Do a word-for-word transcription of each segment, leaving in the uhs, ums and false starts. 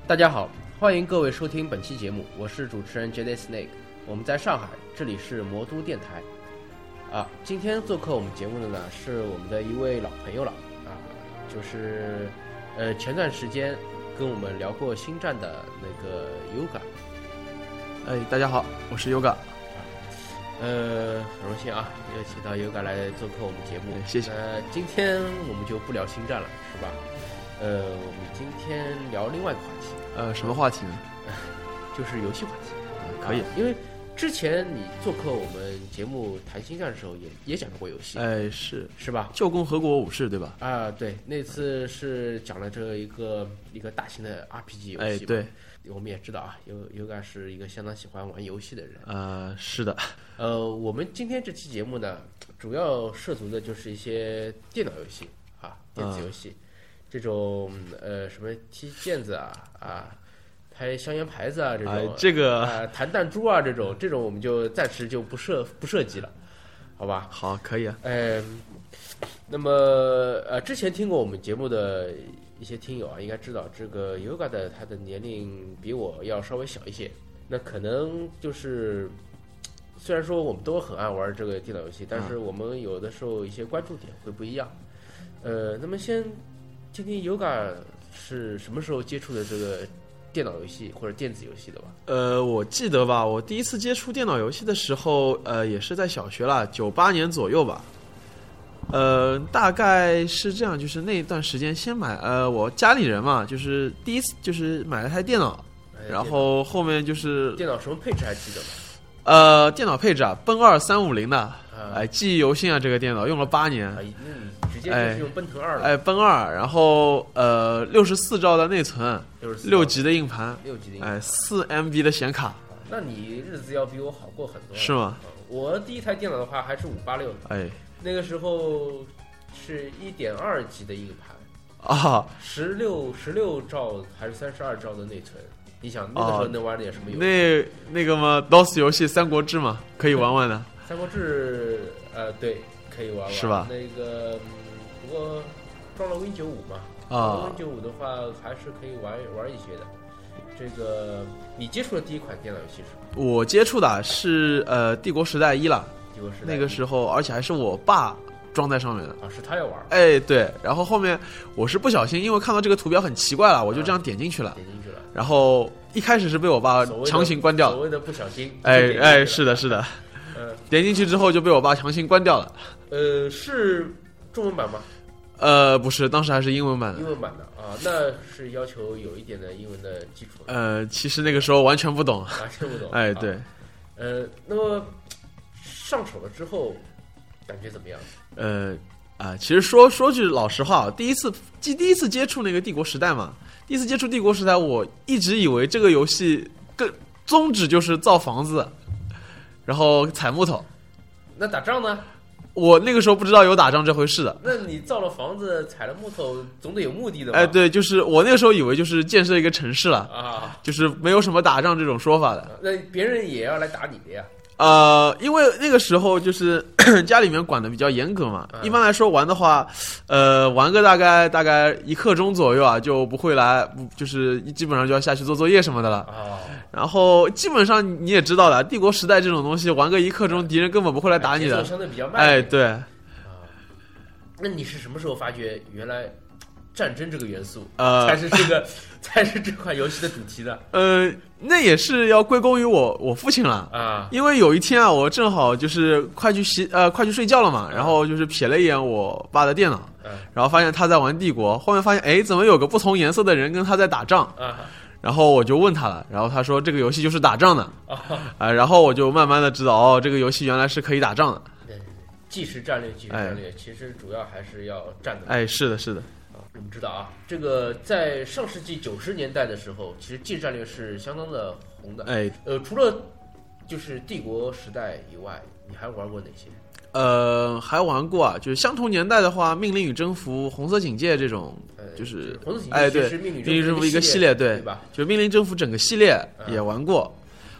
大家好，欢迎各位收听本期节目，我是主持人 J D Snake， 我们在上海，这里是魔都电台。啊，今天做客我们节目的呢是我们的一位老朋友了啊，就是呃前段时间跟我们聊过星战的那个 Yoga。 哎，大家好，我是 Yoga。 呃，很荣幸啊，又请到 Yoga 来做客我们节目， 谢谢。 呃，今天我们就不聊星战了，是吧？呃，我们今天聊另外一个话题。 呃，什么话题呢？ 就是游戏话题。 嗯、可以、 啊，因为之前你做客我们节目谈星战的时候也，也也讲过游戏。 哎，是是吧？ 旧共和国武士，对吧？ 啊，对，那次是讲了这一个一个大型的 R P G 游戏。 哎，对。 我们也知道啊，尤尤嘎是一个相当喜欢玩游戏的人。 呃，是的。 呃，我们今天这期节目呢，主要涉足的就是一些电脑游戏啊，电子游戏。嗯，这种呃什么踢毽子啊啊，拍香烟牌子啊这种， 哎、这个啊、呃、弹弹珠啊这种，这种我们就暂时就不涉不涉及了，好吧？ 好，可以啊。 嗯、呃，那么呃之前听过我们节目的一些听友啊，应该知道这个 Yoga 的他的年龄比我要稍微小一些，那可能就是虽然说我们都很爱玩这个电脑游戏，但是我们有的时候一些关注点会不一样。呃，那么先听听 Yoga 是什么时候接触的这个电脑游戏或者电子游戏的吧？ 呃，我记得吧，我第一次接触电脑游戏的时候，呃，也是在小学啦，九八年左右吧。呃，大概是这样，就是那段时间先买，呃，我家里人嘛，就是第一次就是买了台电脑， 哎、 然后后面就是电脑什么配置还记得吗？ 呃，电脑配置啊，奔二三五零的，哎、 啊， 记忆犹新啊，这个电脑用了八年。 啊，那你直接就是用奔腾二了。 哎，奔二，然后呃，六十四兆的内存，六 G 的硬盘， 六 G 的硬盘， 哎，四 M B 的显卡。 那你日子要比我好过很多了。 是吗？ 我第一台电脑的话还是五八六， 哎， 那个时候是一点二 G 的硬盘啊， 十六十六兆还是三十二兆的内存。你想那个时候能玩点什么游戏？ 那那个嘛 D O S 游戏《三国志》嘛，可以玩玩的。 三国志，呃，对，可以玩玩。 是吧？ 那个，不过装了 Win 九五嘛， 啊 ，Win 九五的话还是可以玩玩一些的。这个，你接触的第一款电脑游戏是什么？ 我接触的是呃《帝国时代一》了。 帝国时代那个时候，而且还是我爸装在上面的啊，是他要玩。 哎，对，然后后面我是不小心，因为看到这个图标很奇怪了，我就这样点进去了。 点进去了。 然后一开始是被我爸强行关掉， 所谓的不小心。 哎哎，是的，是的。 嗯， 点进去之后就被我爸强行关掉了。 呃，是中文版吗？ 呃，不是，当时还是英文版的。 英文版的啊，那是要求有一点的英文的基础。 呃，其实那个时候完全不懂， 完全不懂。 哎，对。 啊、呃，那么上手了之后，感觉怎么样？ 呃啊、呃，其实说说句老实话，第一次第第一次接触那个帝国时代嘛，第一次接触帝国时代，我一直以为这个游戏更宗旨就是造房子，然后采木头。 那打仗呢？ 我那个时候不知道有打仗这回事的。 那你造了房子，采了木头，总得有目的的吧？ 哎，对，就是我那个时候以为就是建设一个城市了啊， 就是没有什么打仗这种说法的。 那别人也要来打你的呀？ 呃，因为那个时候就是家里面管的比较严格嘛， 嗯、 一般来说玩的话，呃，玩个大概大概一刻钟左右啊，就不会来，就是基本上就要下去做作业什么的了。 哦。 然后基本上你也知道的，帝国时代这种东西，玩个一刻钟，敌人根本不会来打你的。 节奏相对比较慢。 哎，对。 啊，那你是什么时候发觉原来战争这个元素， 呃， 才是这个，才是这款游戏的主题的？ 呃，那也是要归功于我我父亲了啊， 因为有一天啊，我正好就是快去洗呃快去睡觉了嘛，然后就是瞥了一眼我爸的电脑， 嗯， 然后发现他在玩帝国，后面发现哎，怎么有个不同颜色的人跟他在打仗啊？ 然后我就问他了，然后他说这个游戏就是打仗的啊、 呃，然后我就慢慢的知道哦，这个游戏原来是可以打仗的。 对，既是战略，既是战略，哎、其实主要还是要战的。 哎，是的，是的。 啊，我们知道啊，这个在上世纪九十年代的时候，其实近战略是相当的红的。 哎， 呃，除了就是帝国时代以外，你还玩过哪些？ 呃，还玩过啊，就是相同年代的话，《命令与征服》《红色警戒》这种，就是红色警戒哎，对， 命令征服一个系列，对， 对吧？ 就《命令征服》整个系列也玩过。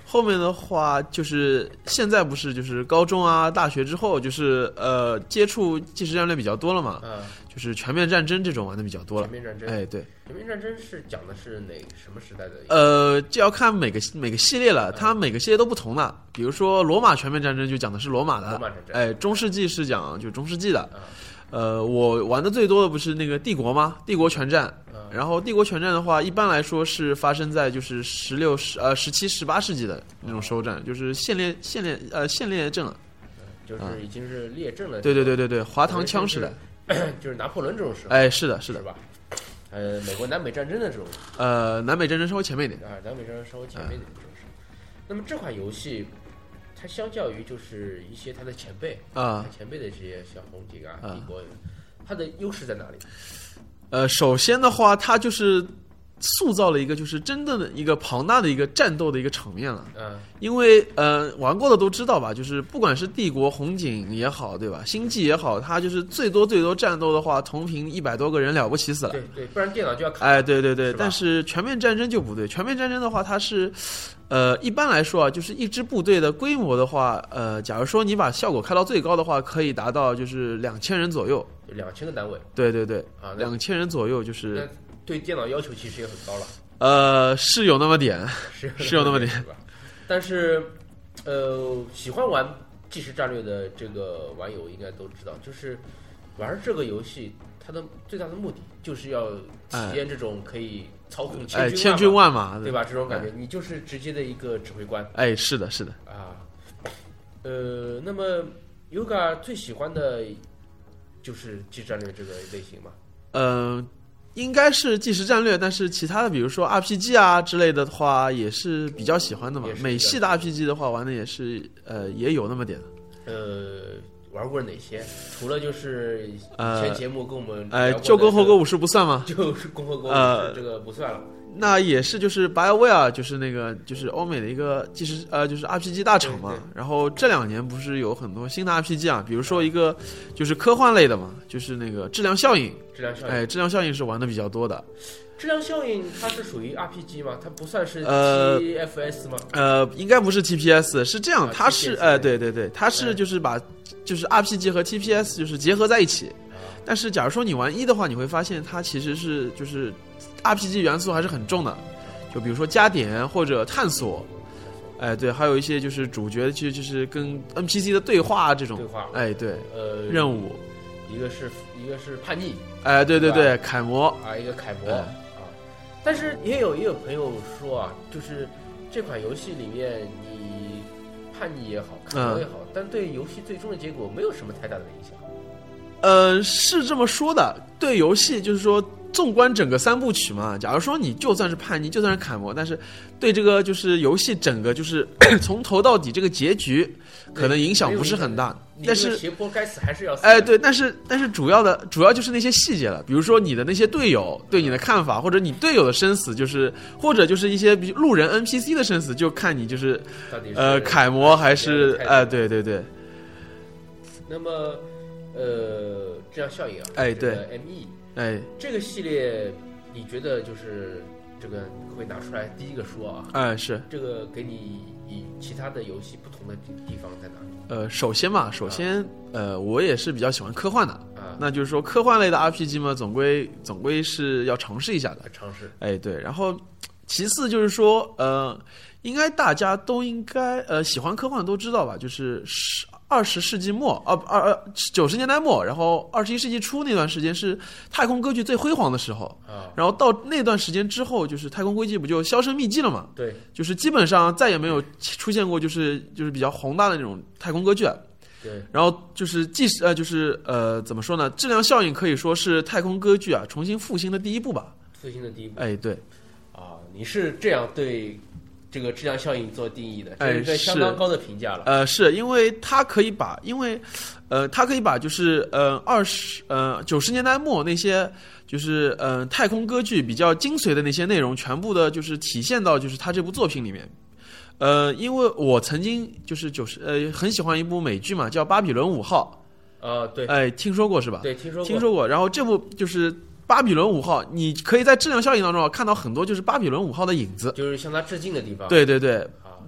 后面的话就是现在不是就是高中啊、大学之后，就是呃接触即时战略比较多了嘛， 嗯， 就是全面战争这种玩的比较多了。 全面战争， 哎，对， 全面战争是讲的是哪什么时代的？ 呃，就要看每个每个系列了，它每个系列都不同的。比如说罗马全面战争就讲的是罗马的， 罗马战争， 哎，中世纪是讲就中世纪的。 啊呃，我玩的最多的不是那个帝国吗？帝国全战。然后帝国全战的话，一般来说是发生在就是十六、十呃十七、十八世纪的那种首战，就是现列现列呃现列阵了， 就是已经是列阵了。 对对对对对，滑膛枪时代， 就是拿破仑这种时候。 哎，是的，是的， 是吧？呃，美国南北战争的这种。 呃，南北战争稍微前面一点。 啊，南北战争稍微前面一点这种时候。那么这款游戏，它相较于就是一些它的前辈啊， 前辈的这些像红警啊、帝国，它的优势在哪里？ 呃，首先的话，它就是塑造了一个就是真正的一个庞大的一个战斗的一个场面了。 嗯， 因为呃，玩过的都知道吧，就是不管是帝国、红警也好，对吧？星际也好，它就是最多最多战斗的话，同屏一百多个人了不起死了。 对对，不然电脑就要卡。 哎，对对对， 是但是全面战争就不对，全面战争的话，它是。呃，一般来说啊，就是一支部队的规模的话，呃，假如说你把效果开到最高的话，可以达到就是两千人左右， 两千个单位。 对对对， 啊， 两千人左右就是。 那对电脑要求其实也很高了。 呃，是有那么点， 是是有那么点， 是吧？但是，呃，喜欢玩即时战略的这个网友应该都知道，就是玩这个游戏，它的最大的目的就是要体验这种可以。操控千军万马、哎、 千军万马， 对吧？这种感觉，哎、你就是直接的一个指挥官。 哎，是的，是的。 啊，呃，那么 Yoga 最喜欢的就是即时战略这个类型吗？ 嗯、呃，应该是即时战略，但是其他的，比如说 R P G 啊之类的话，也是比较喜欢的嘛。美系的 R P G 的话，玩的也是呃，也有那么点。 呃。玩过哪些？除了就是以前节目跟我们呃，旧共和国武士不算吗？ 就是共和国武士这个不算了。呃、 那也是就是 BioWare 就是那个就是欧美的一个即时呃就是 R P G 大厂嘛。然后这两年不是有很多新的 R P G 啊，比如说一个就是科幻类的嘛，就是那个质量效应。 质量效应。 哎，质量效应是玩的比较多的。 质量效应它是属于 R P G 吗？它不算是 T F S 吗？ 呃，呃应该不是 T P S， 是这样， 啊、 它是呃对对对，它是就是把。就是 R P G 和 T P S 就是结合在一起，但是假如说你玩一的话，你会发现它其实是就是 R P G 元素还是很重的，就比如说加点或者探索，哎对，还有一些就是主角其实就是跟 N P C 的对话这种， 对话， 哎对， 呃任务， 一个是一个是叛逆， 哎对对对，楷模啊一个楷模、哎、啊，但是也有也有朋友说啊，就是这款游戏里面你。叛逆也好，楷模也好、嗯，但对游戏最终的结果没有什么太大的影响。 呃，是这么说的。对游戏就是说，纵观整个三部曲嘛，假如说你就算是叛逆，就算是楷模，但是对这个就是游戏整个就是从头到底这个结局，可能影响不是很大。但是斜坡该死还是要死。 哎，对，但是但是主要的主要就是那些细节了，比如说你的那些队友对你的看法，或者你队友的生死，就是或者就是一些比路人 N P C 的生死，就看你就是呃楷模还是哎、呃，对对对。 那么呃，质量效应啊， 哎对 ，M E， 哎， 这个系列你觉得就是这个会拿出来第一个说啊？ 哎，是这个给你与其他的游戏不同的地方在哪里？ 呃，首先嘛，首先、啊、呃，我也是比较喜欢科幻的啊，那就是说科幻类的 R P G 嘛，总归总归是要尝试一下的， 尝试。 哎，对，然后其次就是说，呃，应该大家都应该呃喜欢科幻都知道吧，就是二十世纪末，二二二九十年代末，然后二十一世纪初那段时间是太空歌剧最辉煌的时候啊。 然后到那段时间之后，就是太空歌剧不就销声匿迹了嘛？ 对， 就是基本上再也没有出现过，就是就是比较宏大的那种太空歌剧。 对， 然后就是即使呃就是呃怎么说呢？质量效应可以说是太空歌剧啊重新复兴的第一步吧。 复兴的第一步。 哎，对。 啊，你是这样对这个质量效应做定义的，这是一个相当高的评价了。 呃，是因为它可以把，因为，呃，它可以把就是呃二十呃九十年代末那些就是呃太空歌剧比较精髓的那些内容，全部的就是体现到就是他这部作品里面。呃，因为我曾经就是九十呃很喜欢一部美剧嘛，叫《巴比伦五号》。 呃，对。 哎，听说过是吧？ 对，听说过。 听说过。然后这部就是。巴比伦五号，你可以在质量效应当中看到很多就是巴比伦五号的影子， 就是向他致敬的地方。 对对对，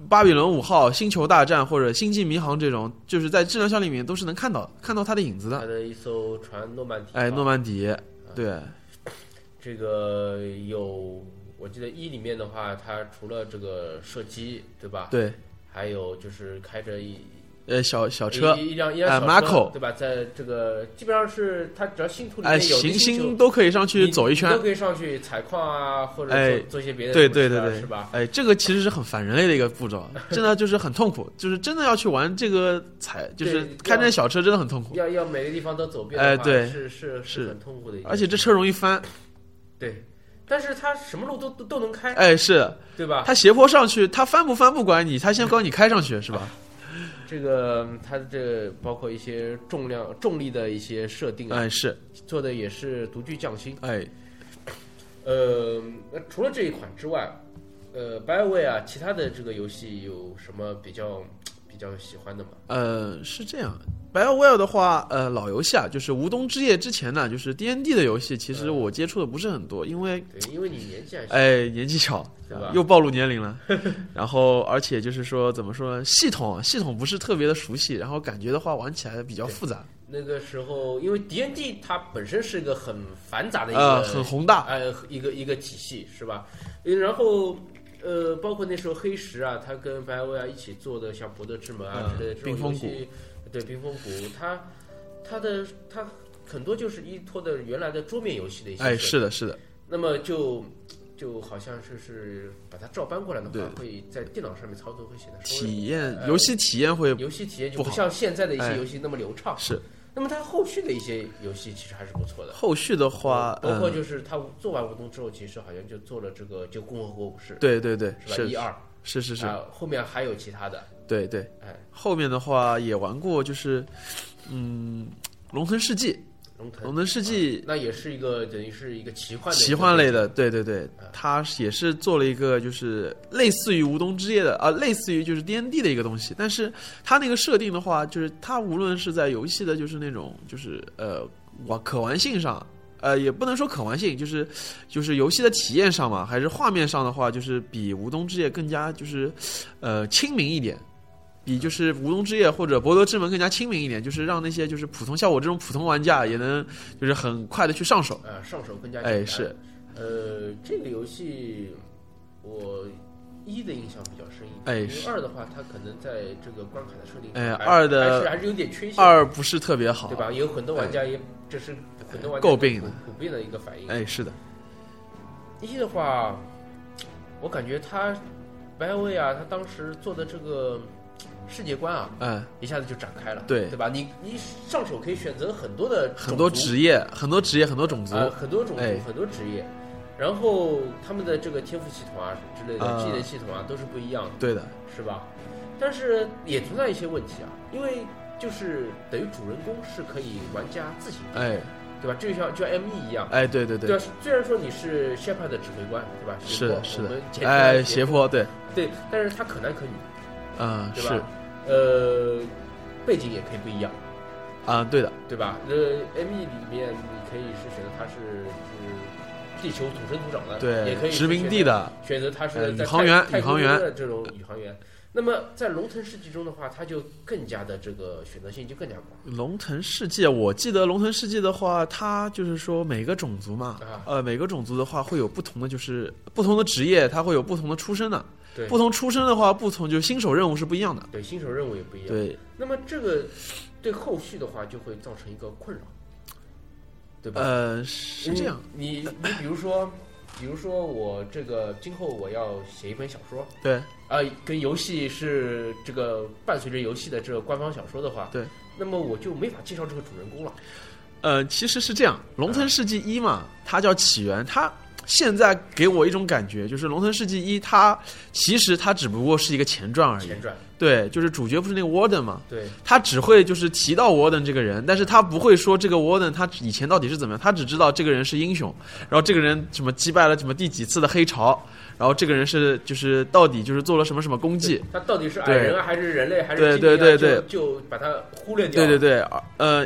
巴比伦五号、星球大战或者星际迷航这种，就是在质量效里面都是能看到看到它的影子的。 它的一艘船诺曼底， 哎，诺曼底，对， 这个有，我记得一里面的话，它除了这个射击，对吧？ 对， 还有就是开着一。 呃，小小车， 一一辆一辆小车、 呃、Marco 对吧？在这个基本上是它只要星图里哎、 面有行星星都可以上去走一圈， 都可以上去采矿啊，或者做、 哎、 做一些别的、啊， 对对对对， 是吧？ 哎，这个其实是很反人类的一个步骤，真的就是很痛苦，就是真的要去玩这个采，就是开这小车真的很痛苦， 要要每个地方都走遍的话， 哎，对， 是是是很痛苦的一件事， 而且这车容易翻， 对。但是它什么路都都都能开， 哎，是， 对吧？ 它斜坡上去，它翻不翻不管你，它先帮你开上去，是吧？ 这个它这包括一些重量、重力的一些设定啊， 哎，是做的也是独具匠心。 哎， 呃，那除了这一款之外，呃 ，BioWare 啊，其他的这个游戏有什么比较比较喜欢的吗？ 呃，是这样。BioWare 的话，呃，老游戏啊，就是无冬之夜之前呢，就是 D N D 的游戏，其实我接触的不是很多，因为对，因为你年纪还小， 哎，年纪小， 对吧？ 又暴露年龄了。然后，而且就是说，怎么说呢？系统系统不是特别的熟悉，然后感觉的话玩起来比较复杂。 那个时候，因为 D N D 它本身是一个很繁杂的一个， 呃，很宏大， 呃，一个一个体系，是吧？然后。呃，包括那时候黑石啊，他跟 BioWare 一起做的像《博德之门》啊之类的这种游戏，对，冰封谷，它它的它很多就是依托的原来的桌面游戏的一些， 哎，是的，是的。 那么就就好像是是把它照搬过来的话，会在电脑上面操作会显得体验、呃、游戏体验会游戏体验就不像现在的一些游戏那么流畅， 哎、是。 那么它后续的一些游戏其实还是不错的。 后续的话， 包括就是他做完无冬之后，其实好像就做了这个就共和国武士， 对对对， 是吧？一二是是是、 啊，后面还有其他的。 对对， 哎， 后面的话也玩过，就是嗯，龙腾世纪。 龙腾龙腾世纪、 啊、那也是一个等于是一个奇幻的奇幻类的，对对对，它也是做了一个就是类似于无冬之夜的啊，类似于就是 D N D 的一个东西，但是它那个设定的话，就是它无论是在游戏的就是那种就是呃玩可玩性上，呃也不能说可玩性，就是就是游戏的体验上嘛，还是画面上的话，就是比无冬之夜更加就是呃亲民一点。比就是无冬之夜或者博德之门更加亲民一点，就是让那些就是普通像我这种普通玩家也能就是很快的去上手， 呃，上手更加简单。 哎，是， 呃，这个游戏我一的印象比较深一点， 哎， 因为二的话，它可能在这个关卡的设定， 哎，二的还是还是有点缺陷， 二不是特别好， 对吧？有很多玩家也这是很多玩家诟病的普遍的一个反应。 哎，是的， 一的话，我感觉他 BioWare 啊，他当时做的这个。世界观啊， 嗯， 一下子就展开了， 对对吧？你你上手可以选择很多的很多职业，很多职业，很多种族， 呃、很多种族， 哎、 很多职业。然后他们的这个天赋系统啊之类的技能系统啊都是不一样的， 对的， 是吧？但是也存在一些问题啊，因为就是等于主人公是可以玩家自行定， 哎， 对吧？就像就像 M E 一样， 哎，对对对， 对吧？虽然说你是 Shepard 的指挥官，对吧？ 是的，是的， 哎， 斜坡，对对，但是他可男可女， 嗯， 对吧？呃，背景也可以不一样， 啊，对的， 对吧？呃 ，M E 里面你可以是选择他是是地球土生土长的， 对， 也可以殖民地的， 选择他是宇航员，宇航员的这种宇航员。那么在龙腾世纪中的话，它就更加的这个选择性就更加广。 龙腾世纪，我记得龙腾世纪的话，它就是说每个种族嘛， 啊、 呃，每个种族的话会有不同的就是不同的职业，它会有不同的出身的。 对， 不同出身的话，不同就是新手任务是不一样的。 对，新手任务也不一样。 对， 那么这个对后续的话就会造成一个困扰，对吧？ 呃，是这样。 你你你比如说，比如说我这个今后我要写一本小说， 对， 啊、呃，跟游戏是这个伴随着游戏的这个官方小说的话， 对， 那么我就没法介绍这个主人公了。 呃，其实是这样，《龙腾世纪一》嘛，它叫起源，它。现在给我一种感觉，就是《龙腾世纪一》，它其实它只不过是一个前传而已。 前传， 对，就是主角不是那个 Warden 嘛？ 对， 他只会就是提到 Warden 这个人，但是他不会说这个 Warden 他以前到底是怎么样，他只知道这个人是英雄，然后这个人什么击败了什么第几次的黑潮，然后这个人是就是到底就是做了什么什么功绩， 他到底是矮人啊还是人类还是对对对对， 就就把他忽略掉。 对对对，呃。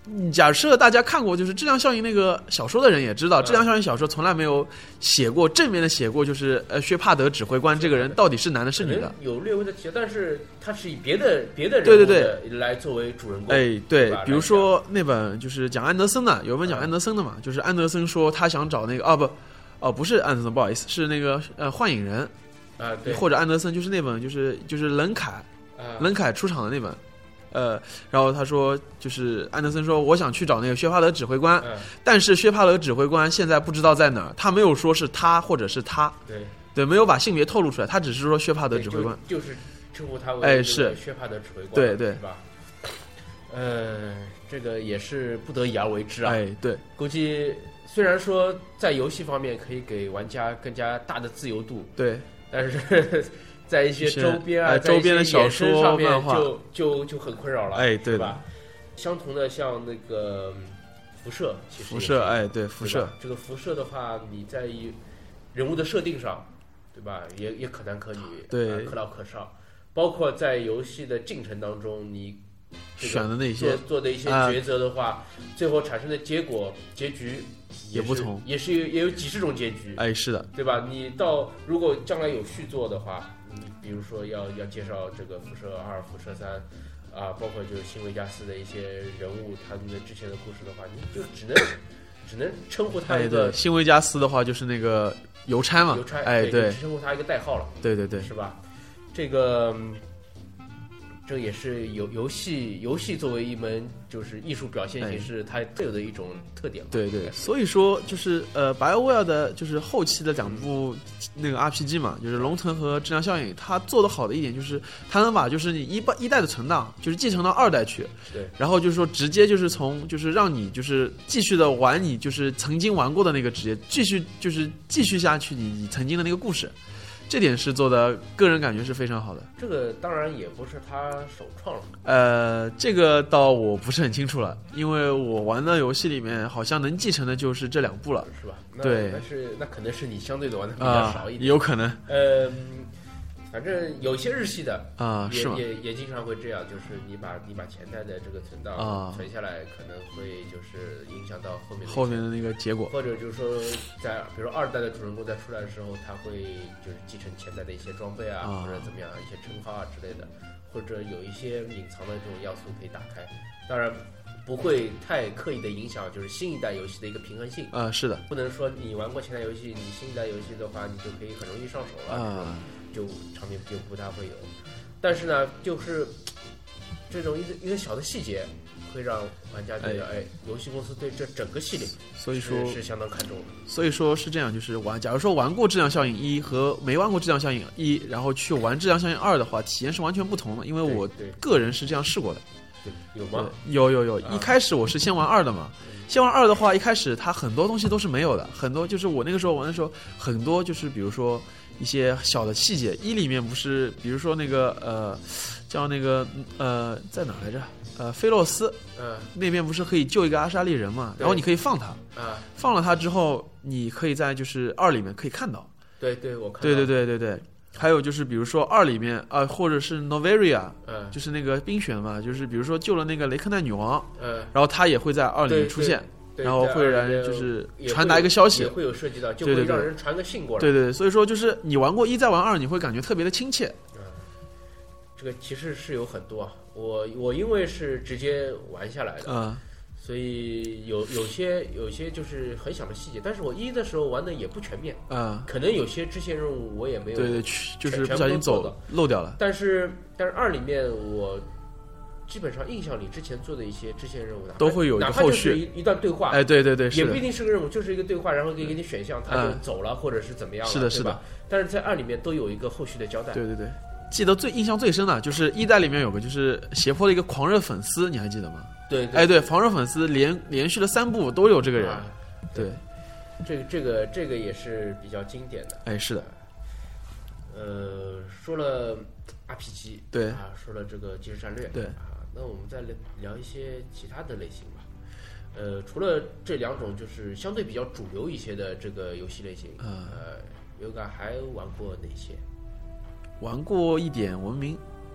假设大家看过就是质量效应那个小说的人也知道， 嗯质量效应小说从来没有写过正面的写过，就是呃薛帕德指挥官这个人到底是男的是女的， 有略微的提到，但是他是以别的别的人对物对对的来作为主人公。 哎，对吧， 比如说那本就是讲安德森的，有一本讲嗯安德森的嘛，就是安德森说他想找那个哦不哦不是安德森，不好意思，是那个呃幻影人啊，对， 或者安德森，就是那本就是就是冷凯啊冷凯出场的那本。呃，然后他说，就是安德森说，我想去找那个薛帕德指挥官， 嗯， 但是薛帕德指挥官现在不知道在哪儿，他没有说是他或者是他， 对对，没有把性别透露出来，他只是说薛帕德指挥官， 就就是称呼他为哎是薛帕德指挥官， 对对是吧？呃，这个也是不得已而为之啊。 哎，对， 估计虽然说在游戏方面可以给玩家更加大的自由度， 对， 但是在一些周边啊， 哎在一些周边的小说衍生上面漫画就就就很困扰了， 哎对的是吧？相同的像那个辐射，其实辐射， 也是哎，对，辐射对吧，这个辐射的话，你在于人物的设定上，对吧？也也可男可女， 对啊可老可少，包括在游戏的进程当中，你这个选的那些做做的一些啊抉择的话，最后产生的结果结局是也不同， 也是有也有几十种结局， 哎，是的， 对吧？你到如果将来有续作的话，你比如说要要介绍这个辐射二、辐射三，啊，包括就是新维加斯的一些人物，他们的之前的故事的话，你就只能只能称呼他哎， 一个对，新维加斯的话就是那个邮差嘛邮差，， 哎，对对，只称呼他一个代号了， 对对对， 是吧？这个。嗯这也是游游戏游戏作为一门就是艺术表现形式，它特有的一种特点嘛。 对对，所以说就是呃，BioWare 的就是后期的两部那个 R P G 嘛，就是《龙腾》和《质量效应》，它做的好的一点就是它能把就是你一代一代的存档，就是继承到二代去， 对， 然后就是说直接就是从就是让你就是继续的玩你就是曾经玩过的那个职业，继续就是继续下去你你曾经的那个故事。这点是做的，个人感觉是非常好的。 这个当然也不是他首创了。 呃，这个倒我不是很清楚了，因为我玩的游戏里面好像能继承的就是这两部了， 是吧？那对， 那是那可能是你相对的玩的比较啊少一点， 有可能。 呃，反正有些日系的啊， 也是吗？ 也也经常会这样，就是你把你把前代的这个存档啊存下来，可能会就是影响到后面的后面的那个结果， 或者就是说在比如说二代的主人公在出来的时候，他会就是继承前代的一些装备啊， 啊或者怎么样一些称号啊之类的，或者有一些隐藏的这种要素可以打开，当然不会太刻意的影响就是新一代游戏的一个平衡性。 啊，是的， 不能说你玩过前代游戏，你新一代游戏的话，你就可以很容易上手了， 啊， 就场面就不大会有。但是呢，就是这种一个一个小的细节，会让玩家觉得，哎，游戏公司对这整个系列， 所以说是相当看重的。 所以说是这样，就是玩，假如说玩过《质量效应一》和没玩过《质量效应一》，然后去玩《质量效应二》的话，体验是完全不同的。因为我个人是这样试过的。 对，有吗？ 有有有，一开始我是先玩二的嘛。先玩二的话，一开始它很多东西都是没有的，很多就是我那个时候玩的时候，很多就是比如说一些小的细节。一里面不是，比如说那个呃，叫那个呃，在哪来着？呃，菲洛斯， 嗯， 那边不是可以救一个阿莎利人嘛？然后你可以放他， 啊， 放了他之后，你可以在就是二里面可以看到。 对对，我看到。 对对对对对。还有就是，比如说二里面啊、呃，或者是 Noveria， 嗯， 就是那个冰雪嘛，就是比如说救了那个雷克奈女王， 嗯， 然后他也会在二里面出现，然后会让人就是传达一个消息， 也会有涉及到，就会让人传个信过来。 对对对，所以说就是你玩过一再玩二，你会感觉特别的亲切。 嗯，这个其实是有很多啊，我我因为是直接玩下来的， 嗯。 所以有有些有些就是很小的细节，但是我一的时候玩的也不全面， 啊、嗯， 可能有些支线任务我也没有， 对对，就是不小心走漏掉了。 但是但是二里面我基本上印象里之前做的一些支线任务都会有一个后续， 一一段对话， 哎，对对对， 也不一定是个任务，就是一个对话，然后给给你选项，他就走了、嗯、或者是怎么样了， 是的，是的。 但是在二里面都有一个后续的交代。 对对对，记得最印象最深的就是一代里面有个就是胁迫的一个狂热粉丝，你还记得吗？ 对， 哎，对，狂热粉丝连连续了三部都有这个人，啊、对， 这个这个这个也是比较经典的。 哎，是的。 呃，说了 R P G， 对啊，说了这个即时战略， 对啊，那我们再聊一些其他的类型吧。呃，除了这两种就是相对比较主流一些的这个游戏类型， 嗯、 呃，Yoga还玩过哪些？ 玩过一点文明。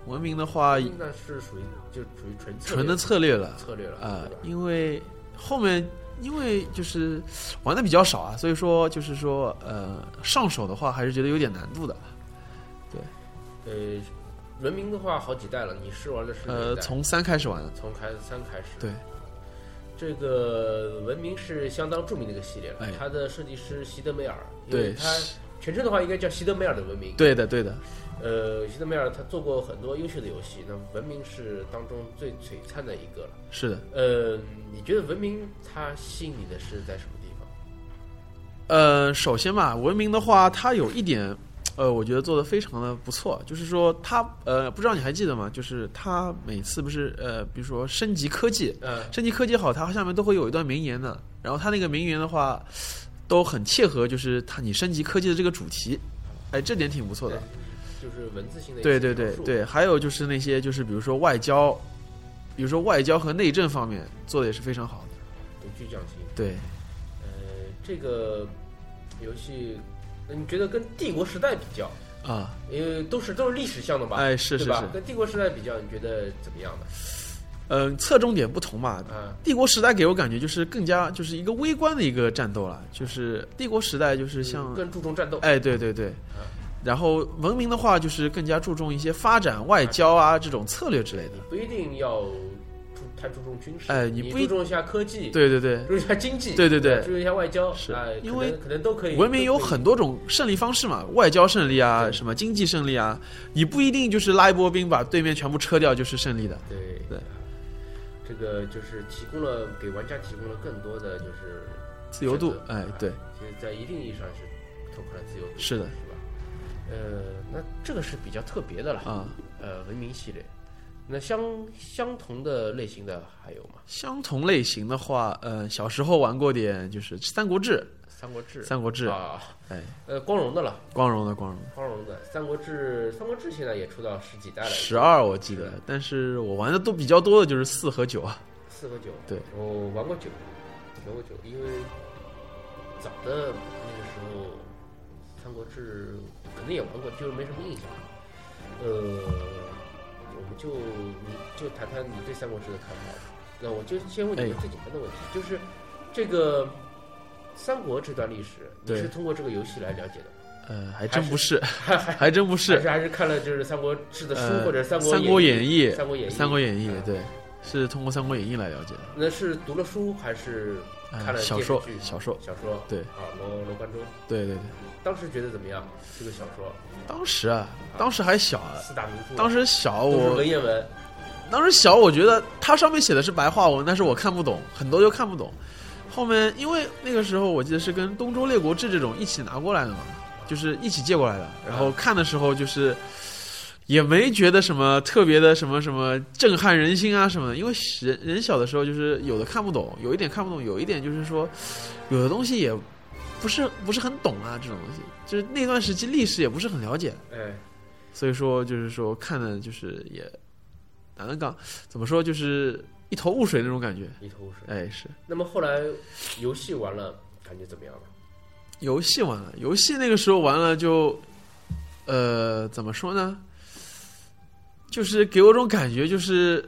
文明的话， 那是属于就属于纯纯的策略了， 策略了啊、呃，因为后面因为就是玩的比较少啊，所以说就是说呃上手的话还是觉得有点难度的。 对，呃，文明的话好几代了，你是玩的是哪一代？ 呃，从三开始玩的， 从开三开始。 对， 这个文明是相当著名的一个系列了， 哎、 它的设计师席德梅尔， 对， 它全称的话应该叫席德梅尔的文明。 对的，对的。 呃，席德梅尔他做过很多优秀的游戏，那文明是当中最璀璨的一个了。 是的。 呃，你觉得文明它吸引你的是在什么地方？ 呃，首先吧，文明的话，它有一点，呃，我觉得做的非常的不错，就是说它，呃，不知道你还记得吗？就是它每次不是，呃，比如说升级科技， 嗯， 升级科技好，它下面都会有一段名言的，然后它那个名言的话，都很切合，就是它你升级科技的这个主题，哎，这点挺不错的。 就是文字性的。 对对对对，还有就是那些就是比如说外交，比如说外交和内政方面做的也是非常好的， 独具匠心。 对， 呃，这个游戏，你觉得跟帝国时代比较啊？ 因为都是都是历史向的吧？ 哎，是是是， 跟帝国时代比较，你觉得怎么样呢？ 嗯、呃，侧重点不同嘛。 啊， 帝国时代给我感觉就是更加就是一个微观的一个战斗了，就是帝国时代就是像、 嗯、更注重战斗。 哎，对对对。 啊， 然后文明的话，就是更加注重一些发展、外交啊这种策略之类的。 你不一定要注太注重军事， 哎，你不注重一下科技， 对对对， 注重一下经济， 对对对， 注重一下外交， 是、 哎、 因为可能都可以。 文明有很多种胜利方式嘛，外交胜利啊，什么经济胜利啊，你不一定就是拉一波兵把对面全部撤掉就是胜利的。 对对， 这个就是提供了给玩家提供了更多的就是自由度，哎，对， 其实在一定意义上是拓宽了自由度， 是的。 呃，那这个是比较特别的了啊。 呃，文明系列，那相相同的类型的还有吗？ 相同类型的话，呃，小时候玩过点，就是《三国志》。 三国志， 三国志啊， 哎， 呃，光荣的了， 光荣的，光荣的， 光荣的。三国志，三国志现在也出到十几代了， 十二我记得，但是我玩的都比较多的就是四和九啊。 四和九， 对， 我玩过九，玩过九，因为早的那个时候，三国志可能也玩过，就是没什么印象。呃，我们就你就谈谈你对三国志的看法。那我就先问你一个最简单的问题，哎、就是这个三国这段历史，你是通过这个游戏来了解的？ 呃，还真不是， 还还还真不是， 还是还是看了就是三国志的书、 呃、 或者三国三国演义、 三国演义、 三国演义，对，是通过三国演义来了解的。 那是读了书还是看了小说？小说， 小说， 对啊，罗罗贯中， 对对对。 当时觉得怎么样？这个小说？ 当时啊，当时还小啊， 四大名著。 当时小我文言文。 当时小，我觉得它上面写的是白话文，但是我看不懂，很多就看不懂。后面因为那个时候我记得是跟《东周列国志》这种一起拿过来的嘛，就是一起借过来的。然后看的时候就是也没觉得什么特别的什么什么震撼人心啊什么的，因为人人小的时候就是有的看不懂，有一点看不懂，有一点就是说有的东西也不是不是很懂啊，这种东西就是那段时期历史也不是很了解， 哎， 所以说就是说看的就是也难得讲，怎么说就是一头雾水那种感觉， 一头雾水。 哎，是。 那么后来游戏玩了，感觉怎么样了？ 游戏玩了，游戏那个时候玩了就，呃，怎么说呢？就是给我种感觉，就是，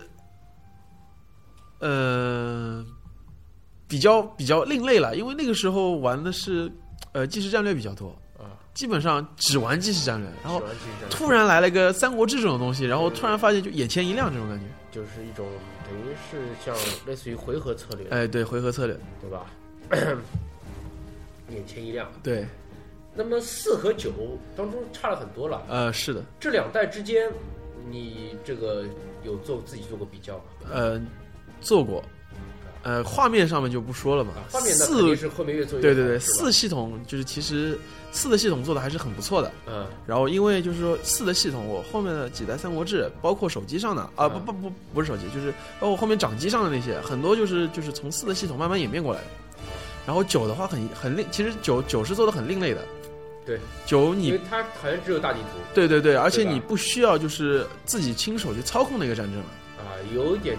呃，比较比较另类了，因为那个时候玩的是呃即时战略比较多啊， 基本上只玩即时战略，然后突然来了一个三国志这种东西，然后突然发现就眼前一亮这种感觉， 就是一种等于是像类似于回合策略， 哎，对，回合策略， 对吧？眼前一亮， 对。 那么四和九当中差了很多了， 呃，是的， 这两代之间，你这个有做自己做过比较吗？ 呃，做过。呃，画面上面就不说了嘛。 啊、画面那肯定是后面越做越好。 对对对，四系统就是其实四的系统做的还是很不错的。 嗯。 然后因为就是说四的系统，我后面的几代三国志，包括手机上的啊，不不不不是手机，就是包括后面掌机上的那些，很多就是就是从四的系统慢慢演变过来的。然后九的话很很另，其实九九是做的很另类的。 对。 九你因为它好像只有大地图。 对对对，而且你不需要就是自己亲手去操控那个战争了。 啊，有一点。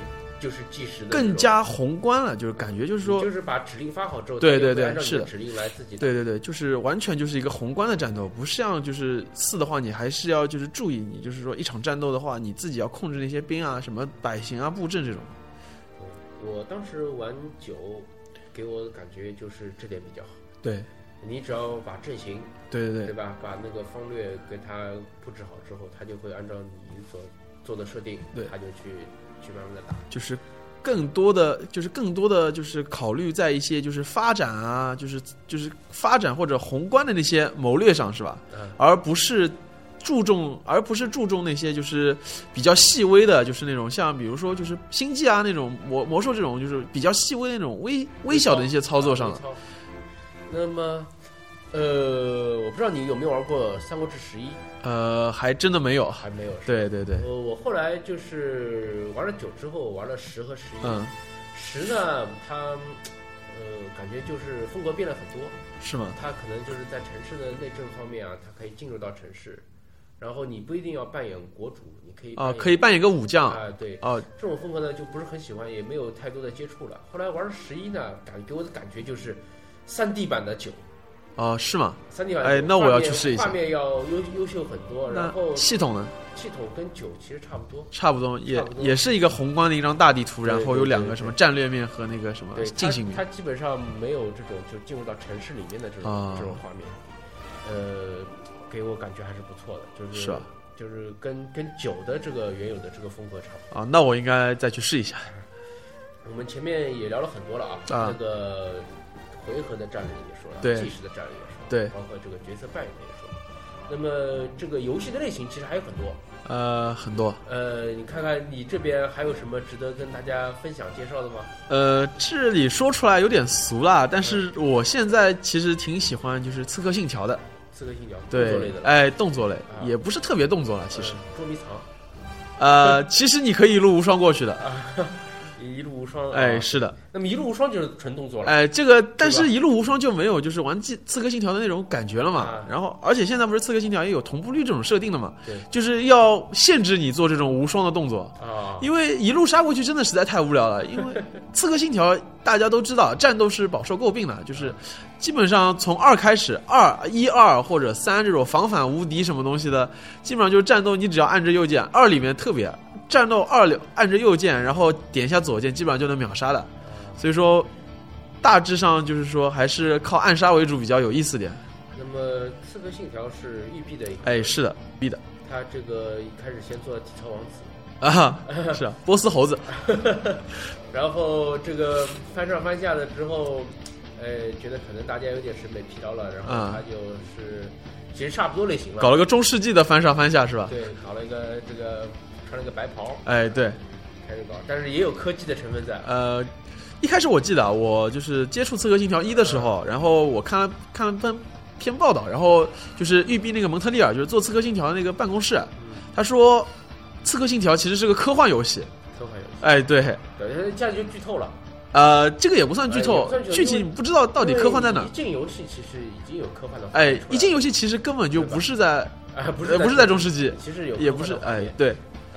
就是计时的， 更加宏观了，就是感觉就是说， 就是把指令发好之后， 对对对， 按照是的， 指令来自己， 对对对，就是完全就是一个宏观的战斗，不像就是四的话，你还是要就是注意，你就是说一场战斗的话，你自己要控制那些兵啊、什么百行啊、布阵这种。 我当时玩九，给我的感觉就是这点比较好。 对。 你只要把阵型， 对对对， 对吧？把那个方略给它布置好之后，它就会按照你所做的设定， 对， 它就去去慢慢的打。 就是更多的，就是更多的就是考虑在一些就是发展啊，就是就是发展或者宏观的那些谋略上，是吧？ 嗯， 而不是注重，而不是注重那些就是比较细微的，就是那种像比如说就是星际啊那种魔魔兽这种，就是比较细微的那种微微小的一些操作上了。 那么，呃，我不知道你有没有玩过《三国志十一》？ 呃，还真的没有， 还没有。 对对对。 呃，我后来就是玩了九之后，玩了十和十一。 嗯。 十呢，它呃，感觉就是风格变了很多。 是吗？ 它可能就是在城市的内政方面啊，它可以进入到城市，然后你不一定要扮演国主，你可以啊、呃，可以扮演个武将啊、呃，对啊、呃， 这种风格呢就不是很喜欢，也没有太多的接触了。后来玩了十一呢，感给我的感觉就是。三 D 版的九， 哦，是吗？ 三 D 版的哎，那我要去试一下。 画面要优优秀很多，然后系统呢？ 系统跟九其实差不多， 差不多，也也是一个宏观的一张大地图，然后有两个什么战略面和那个什么进行面。 它基本上没有这种就进入到城市里面的这种、 啊、 这种画面，呃，给我感觉还是不错的，就是是吧？ 就是跟跟九的这个原有的这个风格差不多啊。那我应该再去试一下。 我们前面也聊了很多了啊， 啊这个。回合的战略也说了， 对， 计时的战略也说了， 对， 包括这个角色扮演也说了。那么这个游戏的类型其实还有很多， 呃，很多。 呃，你看看你这边还有什么值得跟大家分享介绍的吗？ 呃，这里说出来有点俗啦，但是我现在其实挺喜欢就是《刺客信条》的。 刺客信条， 对， 动作类的， 哎，动作类、 啊、 也不是特别动作了，其实。 呃、捉迷藏。 呃，其实你可以一路无双过去的。 啊一路无双， 哎，是的。 那么一路无双就是纯动作了。 哎，这个，但是一路无双就没有就是玩《刺客信条》的那种感觉了嘛。 啊、 然后，而且现在不是《刺客信条》也有同步率这种设定的嘛？ 对， 就是要限制你做这种无双的动作啊。 因为一路杀过去真的实在太无聊了。因为《刺客信条》大家都知道，战斗是饱受诟病的，就是基本上从二开始，二一二或者三这种防反无敌什么东西的，基本上就是战斗你只要按着右键，二里面特别。战斗二按着右键，然后点一下左键，基本上就能秒杀的。所以说，大致上就是说还是靠暗杀为主比较有意思点。 那么《刺客信条》是育碧的一个， 哎，是的，育碧的。 他这个一开始先做了体操王子啊，是啊，波斯猴子。 然后这个翻上翻下的之后，呃，觉得可能大家有点审美疲劳了，然后他就是、嗯、其实差不多类型了， 搞了个中世纪的翻上翻下是吧？ 对，搞了一个这个。穿了个白袍， 哎，对， 开始搞，但是也有科技的成分在。 呃，一开始我记得我就是接触《刺客信条一》的时候，嗯、然后我看了看了篇篇报道，然后就是育碧那个蒙特利尔，就是做《刺客信条》的那个办公室，嗯、他说《刺客信条》其实是个科幻游戏。 科幻游戏。 哎，对。 对，这样就剧透了。 呃，这个也不算剧透， 哎、 具体你不知道到底科幻在哪。 一进游戏其实已经有科幻的。 哎，一进游戏其实根本就不是在， 哎，不是不是在中世纪， 其实有， 也不是，哎，对。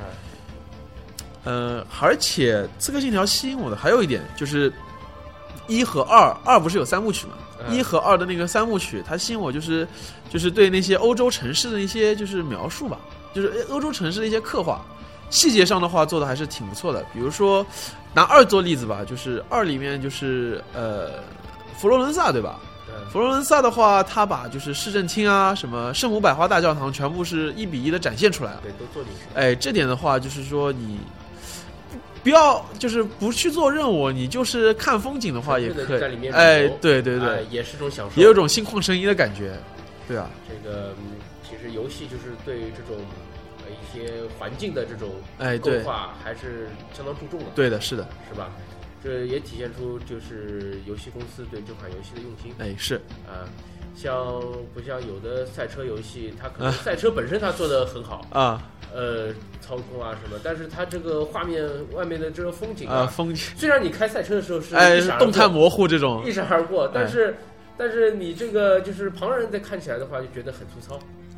呃，而且《刺客信条》吸引我的还有一点就是一和二，二不是有三部曲嘛？一、嗯、和二的那个三部曲，它吸引我就是就是对那些欧洲城市的一些就是描述吧，就是欧洲城市的一些刻画，细节上的话做的还是挺不错的。比如说拿二做例子吧，就是二里面就是呃佛罗伦萨对吧？ 嗯、 佛罗伦萨的话，它把就是市政厅啊、什么圣母百花大教堂全部是一比一的展现出来了。 对，都做进去。 哎，这点的话就是说你。不要就是不去做任务，你就是看风景的话也可以。哎，对对对、 哎，也是种享受， 也有种心旷神怡的感觉。对啊， 这个其实游戏就是对这种呃一些环境的这种哎构化还是相当注重的。 对的，是的， 是吧？这也体现出就是游戏公司对这款游戏的用心。 哎，是啊。像不像有的赛车游戏，它可能赛车本身它做得很好啊， 呃，操控啊什么，但是它这个画面外面的这个风景啊， 啊风景虽然你开赛车的时候是哎动态模糊这种一闪而过，但是、哎、但是你这个就是旁人在看起来的话就觉得很粗糙。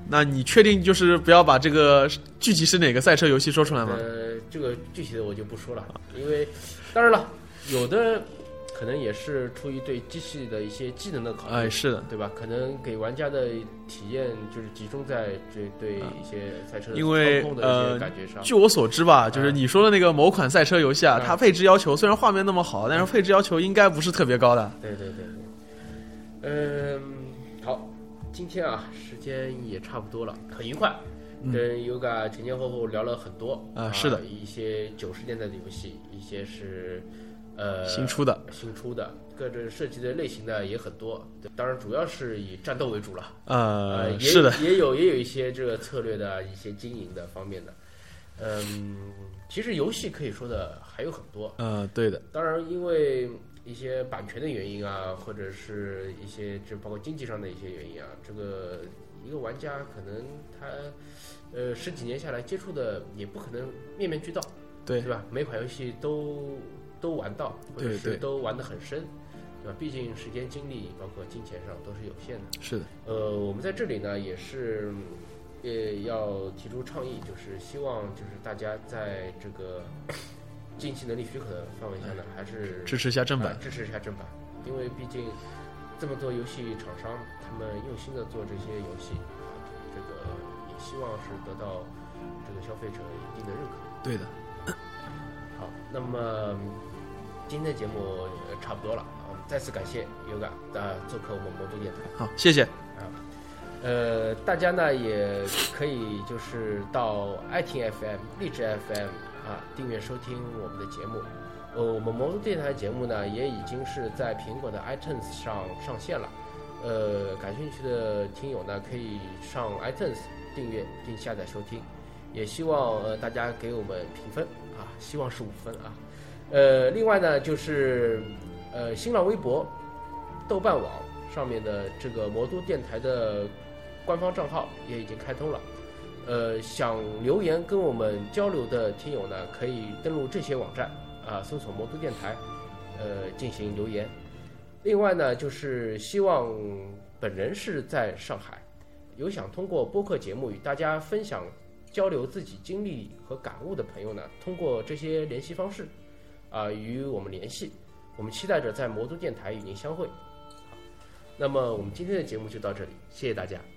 那你确定就是不要把这个具体是哪个赛车游戏说出来吗？ 呃，这个具体的我就不说了，因为当然了，有的可能也是出于对机器的一些技能的考虑， 哎，是的， 对吧？可能给玩家的体验就是集中在这对一些赛车因为操控的一些感觉上。 呃，据我所知吧，就是你说的那个某款赛车游戏啊， 嗯、 它配置要求虽然画面那么好，但是配置要求应该不是特别高的。 对对对对，嗯，好，今天啊，时间也差不多了，很愉快。跟 Yoga 前前后后聊了很多啊、 呃， 是的， 一些九十年代的游戏，一些是呃新出的， 新出的，各种设计的类型的也很多。当然，主要是以战斗为主了。 呃， 呃也是的， 也有也有一些这个策略的一些经营的方面的。嗯，其实游戏可以说的还有很多。 呃，对的。 当然，因为一些版权的原因啊，或者是一些就包括经济上的一些原因啊，这个一个玩家可能他。呃，十几年下来接触的也不可能面面俱到， 对对吧？每款游戏都都玩到，或者是都玩得很深，对吧？毕竟时间、精力，包括金钱上都是有限的。 是的。 呃，我们在这里呢，也是呃要提出倡议，就是希望就是大家在这个经济能力许可的范围下呢，还是支持一下正版、 呃，支持一下正版，因为毕竟这么多游戏厂商，他们用心的做这些游戏，这个。希望是得到这个消费者一定的认可。 对的。 好，那么今天的节目差不多了啊，再次感谢 Yoga 啊做客我们魔都电台。 好，谢谢啊。呃，大家呢也可以就是到爱听 F M、荔枝 F M 啊订阅收听我们的节目。呃，我们魔都电台节目呢也已经是在苹果的 iTunes 上上线了。呃，感兴趣的听友呢可以上 iTunes。订阅并下载收听，也希望呃大家给我们评分啊，希望是五分啊。呃，另外呢就是呃新浪微博、豆瓣网上面的这个魔都电台的官方账号也已经开通了。呃，想留言跟我们交流的听友呢，可以登录这些网站啊，搜索魔都电台，呃进行留言。另外呢，就是希望本人是在上海。有想通过播客节目与大家分享、交流自己经历和感悟的朋友呢，通过这些联系方式，啊、呃，与我们联系。我们期待着在魔都电台与您相会。好，那么我们今天的节目就到这里，谢谢大家。